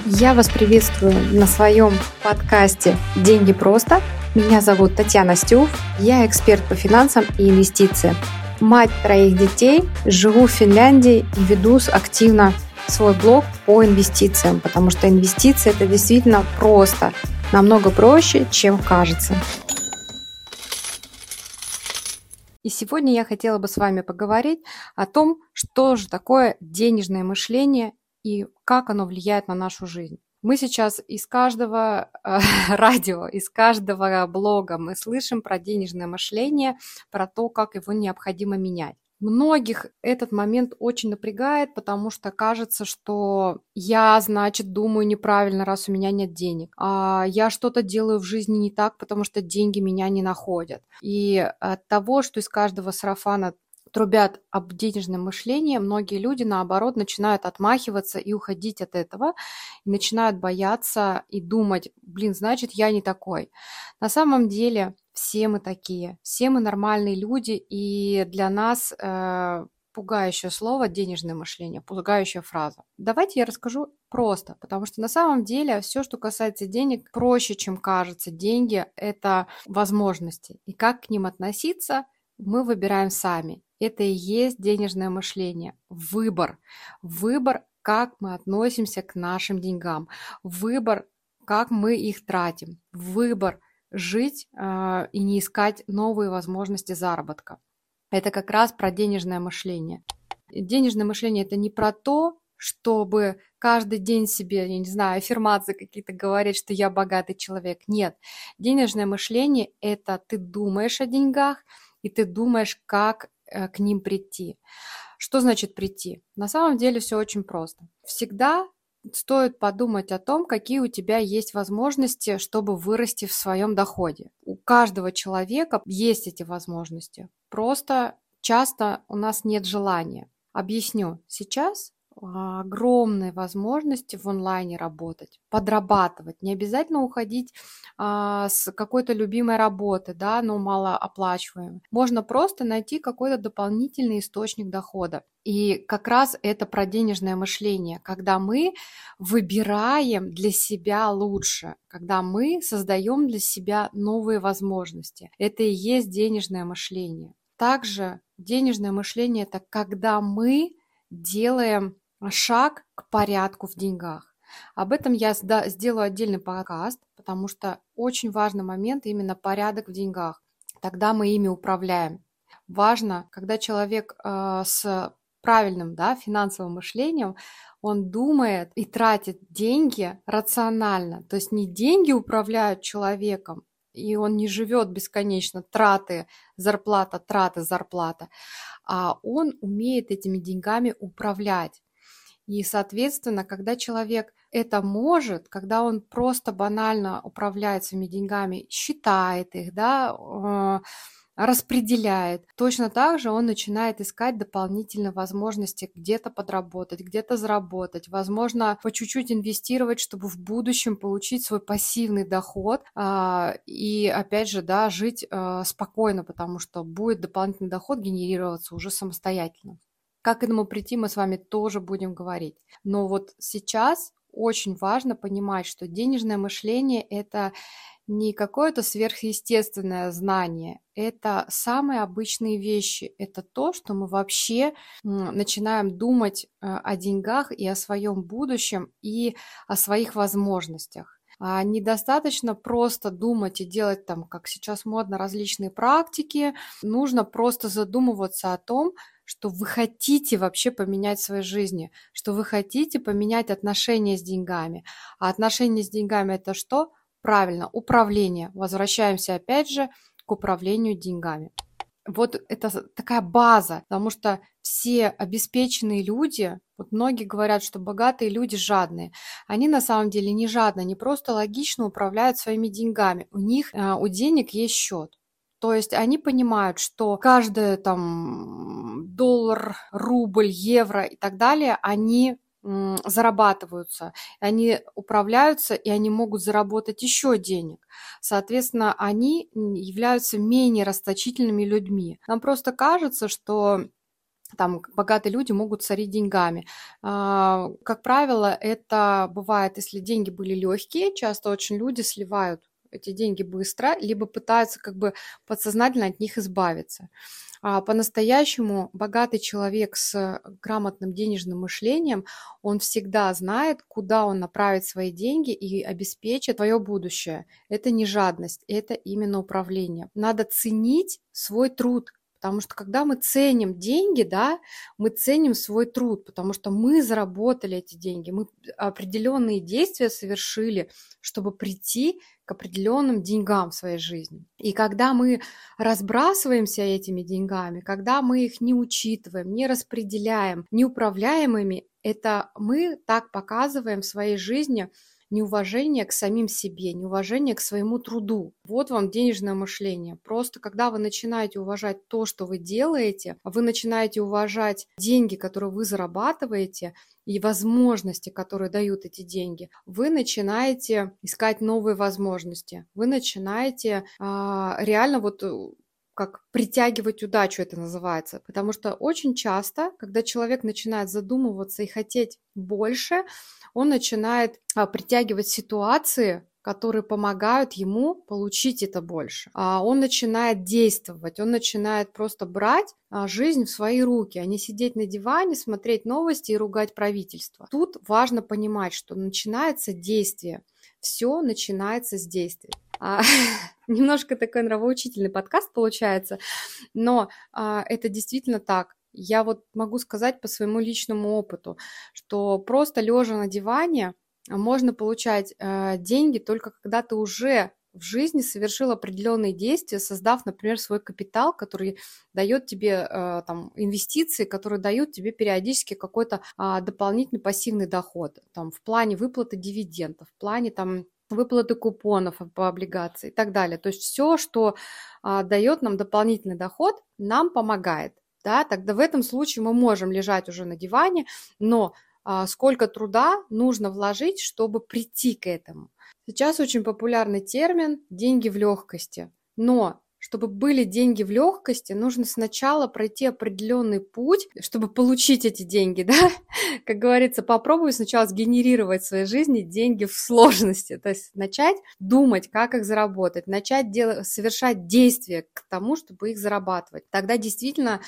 Я вас приветствую на своем подкасте «Деньги просто». Меня зовут Татьяна Стюв, я эксперт по финансам и инвестициям. Мать 3 детей, живу в Финляндии и веду активно свой блог по инвестициям, потому что инвестиции – это действительно просто, намного проще, чем кажется. И сегодня я хотела бы с вами поговорить о том, что же такое денежное мышление и как оно влияет на нашу жизнь. Мы сейчас из каждого радио, из каждого блога мы слышим про денежное мышление, про то, как его необходимо менять. Многих этот момент очень напрягает, потому что кажется, что я, значит, думаю неправильно, раз у меня нет денег. А я что-то делаю в жизни не так, потому что деньги меня не находят. И от того, что из каждого сарафана трубят об денежном мышлении, многие люди, наоборот, начинают отмахиваться и уходить от этого, и начинают бояться и думать, значит, я не такой. На самом деле все мы такие, все мы нормальные люди, и для нас пугающее слово денежное мышление, пугающая фраза. Давайте я расскажу просто, потому что на самом деле все, что касается денег, проще, чем кажется. Деньги – это возможности, и как к ним относиться – мы выбираем сами. Это и есть денежное мышление. Выбор, как мы относимся к нашим деньгам. Выбор, как мы их тратим. Выбор жить и не искать новые возможности заработка. Это как раз про денежное мышление. Денежное мышление – это не про то, чтобы каждый день себе, я не знаю, аффирмации какие-то говорить, что я богатый человек. Нет. Денежное мышление – это ты думаешь о деньгах, и ты думаешь, как к ним прийти. Что значит прийти? На самом деле все очень просто. Всегда стоит подумать о том, какие у тебя есть возможности, чтобы вырасти в своем доходе. У каждого человека есть эти возможности. Просто часто у нас нет желания. Объясню. Сейчас огромные возможности в онлайне работать, подрабатывать. Не обязательно уходить с какой-то любимой работы, да, но малооплачиваемой. Можно просто найти какой-то дополнительный источник дохода. И как раз это про денежное мышление, когда мы выбираем для себя лучше, когда мы создаем для себя новые возможности. Это и есть денежное мышление. Также денежное мышление – это когда мы делаем шаг к порядку в деньгах. Об этом я сделаю отдельный подкаст, потому что очень важный момент именно порядок в деньгах. Тогда мы ими управляем. Важно, когда человек с правильным, финансовым мышлением, он думает и тратит деньги рационально. То есть не деньги управляют человеком, и он не живет бесконечно траты, зарплата, а он умеет этими деньгами управлять. И, соответственно, когда человек это может, когда он просто банально управляет своими деньгами, считает их, распределяет, точно так же он начинает искать дополнительные возможности где-то подработать, где-то заработать, возможно, по чуть-чуть инвестировать, чтобы в будущем получить свой пассивный доход и, опять же, жить спокойно, потому что будет дополнительный доход генерироваться уже самостоятельно. Как к этому прийти, мы с вами тоже будем говорить. Но вот сейчас очень важно понимать, что денежное мышление – это не какое-то сверхъестественное знание, это самые обычные вещи. Это то, что мы вообще начинаем думать о деньгах и о своем будущем, и о своих возможностях. Недостаточно просто думать и делать как сейчас модно, различные практики. Нужно просто задумываться о том, что вы хотите вообще поменять в своей жизни, что вы хотите поменять отношения с деньгами. А отношения с деньгами – это что? Правильно, управление. Возвращаемся опять же к управлению деньгами. Вот это такая база, потому что все обеспеченные люди, вот многие говорят, что богатые люди жадные. Они на самом деле не жадные, они просто логично управляют своими деньгами. У денег есть счет. То есть они понимают, что каждый доллар, рубль, евро и так далее, они зарабатываются, они управляются, и они могут заработать еще денег. Соответственно, они являются менее расточительными людьми. Нам просто кажется, что там богатые люди могут сорить деньгами. Как правило, это бывает, если деньги были легкие, часто очень люди сливают эти деньги быстро, либо пытаются как бы подсознательно от них избавиться. По-настоящему богатый человек с грамотным денежным мышлением, он всегда знает, куда он направит свои деньги и обеспечит свое будущее. Это не жадность, это именно управление. Надо ценить свой труд, потому что когда мы ценим деньги, да, мы ценим свой труд, потому что мы заработали эти деньги, мы определенные действия совершили, чтобы прийти к определенным деньгам в своей жизни. И когда мы разбрасываемся этими деньгами, когда мы их не учитываем, не распределяем, не управляем ими, это мы так показываем в своей жизни неуважение к самим себе, неуважение к своему труду. Вот вам денежное мышление. Просто когда вы начинаете уважать то, что вы делаете, вы начинаете уважать деньги, которые вы зарабатываете, и возможности, которые дают эти деньги, вы начинаете искать новые возможности. Вы начинаете реально вот как притягивать удачу, это называется. Потому что очень часто, когда человек начинает задумываться и хотеть больше, он начинает притягивать ситуации, которые помогают ему получить это больше. Он начинает действовать, он начинает просто брать жизнь в свои руки, а не сидеть на диване, смотреть новости и ругать правительство. Тут важно понимать, что начинается действие. Все начинается с действия. Немножко такой нравоучительный подкаст получается, но это действительно так. Я вот могу сказать по своему личному опыту, что просто лежа на диване можно получать деньги только когда ты уже в жизни совершил определенные действия, создав, например, свой капитал, который дает тебе там, инвестиции, которые дают тебе периодически какой-то дополнительный пассивный доход, там, в плане выплаты дивидендов, в плане там, выплаты купонов по облигации и так далее. То есть все, что дает нам дополнительный доход, нам помогает. Да? Тогда в этом случае мы можем лежать уже на диване, но сколько труда нужно вложить, чтобы прийти к этому. Сейчас очень популярный термин «деньги в легкости», но чтобы были деньги в легкости, нужно сначала пройти определенный путь, чтобы получить эти деньги, да? Как говорится, попробуй сначала сгенерировать в своей жизни деньги в сложности, то есть начать думать, как их заработать, начать совершать действия к тому, чтобы их зарабатывать. Тогда действительно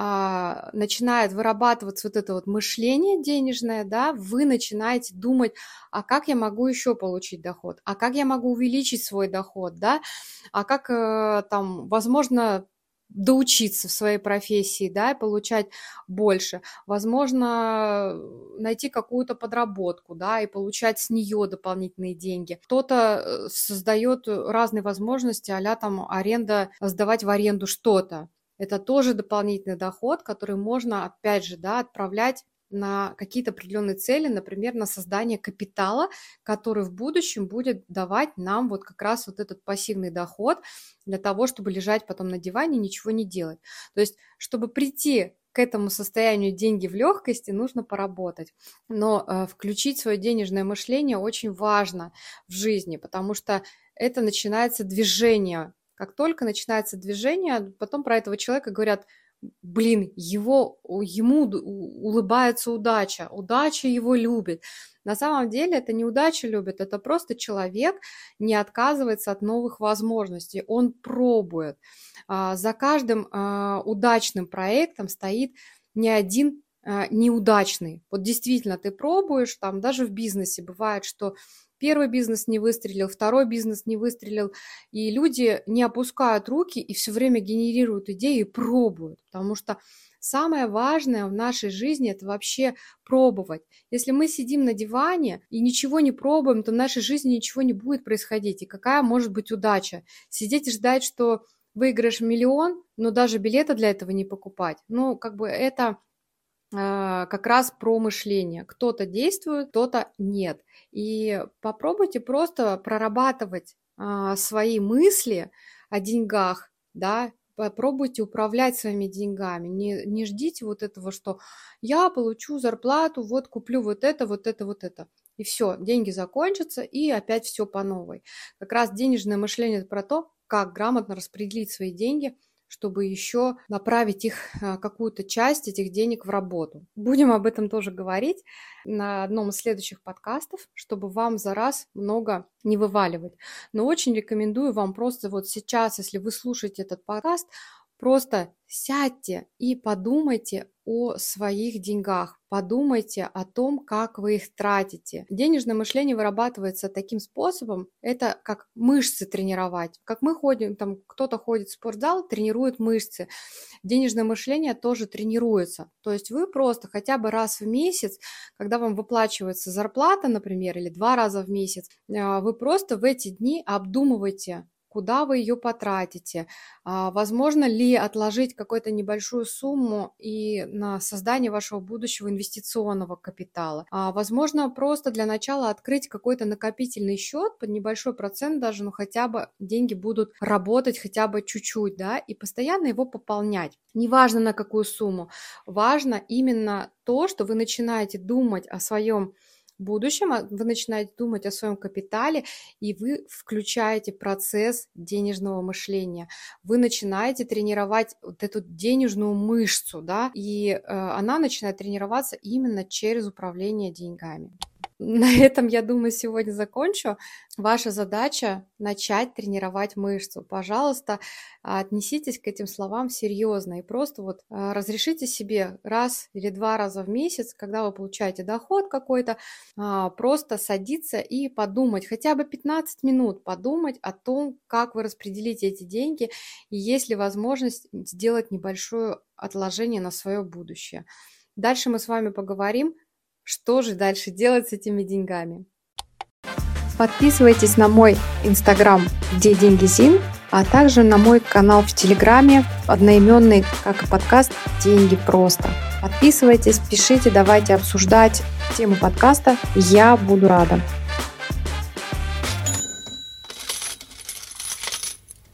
начинает вырабатываться вот это вот мышление денежное, да, вы начинаете думать, а как я могу еще получить доход, а как я могу увеличить свой доход, да, а как там, возможно, доучиться в своей профессии, да, и получать больше, возможно, найти какую-то подработку, да, и получать с нее дополнительные деньги. Кто-то создает разные возможности, а-ля там аренда, сдавать в аренду что-то. Это тоже дополнительный доход, который можно, опять же, да, отправлять на какие-то определенные цели, например, на создание капитала, который в будущем будет давать нам вот как раз вот этот пассивный доход для того, чтобы лежать потом на диване и ничего не делать. То есть, чтобы прийти к этому состоянию деньги в легкости, нужно поработать. Но включить свое денежное мышление очень важно в жизни, потому что это начинается движение. Как только начинается движение, потом про этого человека говорят, блин, ему улыбается удача, удача его любит. На самом деле это не удача любит, это просто человек не отказывается от новых возможностей, он пробует. За каждым удачным проектом стоит не один неудачный. Вот действительно ты пробуешь, там даже в бизнесе бывает, что первый бизнес не выстрелил, второй бизнес не выстрелил, и люди не опускают руки и все время генерируют идеи и пробуют, потому что самое важное в нашей жизни – это вообще пробовать. Если мы сидим на диване и ничего не пробуем, то в нашей жизни ничего не будет происходить. И какая может быть удача? Сидеть и ждать, что выиграешь миллион, но даже билета для этого не покупать. Ну, как бы это как раз про мышление. Кто-то действует, кто-то нет. И попробуйте просто прорабатывать свои мысли о деньгах, да, попробуйте управлять своими деньгами. Не ждите вот этого, что я получу зарплату, вот куплю вот это, вот это, вот это. И все, деньги закончатся, и опять все по новой. Как раз денежное мышление – это про то, как грамотно распределить свои деньги чтобы еще направить какую-то часть этих денег в работу. Будем об этом тоже говорить на одном из следующих подкастов, чтобы вам за раз много не вываливать. Но очень рекомендую вам просто вот сейчас, если вы слушаете этот подкаст, просто сядьте и подумайте о своих деньгах, подумайте о том, как вы их тратите. Денежное мышление вырабатывается таким способом, это как мышцы тренировать. Как мы ходим, там кто-то ходит в спортзал, тренирует мышцы. Денежное мышление тоже тренируется. То есть вы просто хотя бы раз в месяц, когда вам выплачивается зарплата, например, или 2 раза в месяц, вы просто в эти дни обдумываете, куда вы ее потратите, возможно ли отложить какую-то небольшую сумму и на создание вашего будущего инвестиционного капитала. Возможно, просто для начала открыть какой-то накопительный счет под небольшой процент даже, но хотя бы деньги будут работать хотя бы чуть-чуть, да, и постоянно его пополнять. Неважно на какую сумму, важно именно то, что вы начинаете думать о своем будущем, вы начинаете думать о своем капитале, и вы включаете процесс денежного мышления. Вы начинаете тренировать вот эту денежную мышцу, да, и она начинает тренироваться именно через управление деньгами. На этом, я думаю, сегодня закончу. Ваша задача начать тренировать мышцу. Пожалуйста, отнеситесь к этим словам серьезно и просто вот разрешите себе 1 или 2 раза в месяц, когда вы получаете доход какой-то, просто садиться и подумать, хотя бы 15 минут подумать о том, как вы распределите эти деньги и есть ли возможность сделать небольшое отложение на свое будущее. Дальше мы с вами поговорим, что же дальше делать с этими деньгами. Подписывайтесь на мой инстаграм «Где деньги Зин», а также на мой канал в Телеграме, одноименный, как и подкаст «Деньги просто». Подписывайтесь, пишите, давайте обсуждать тему подкаста, я буду рада.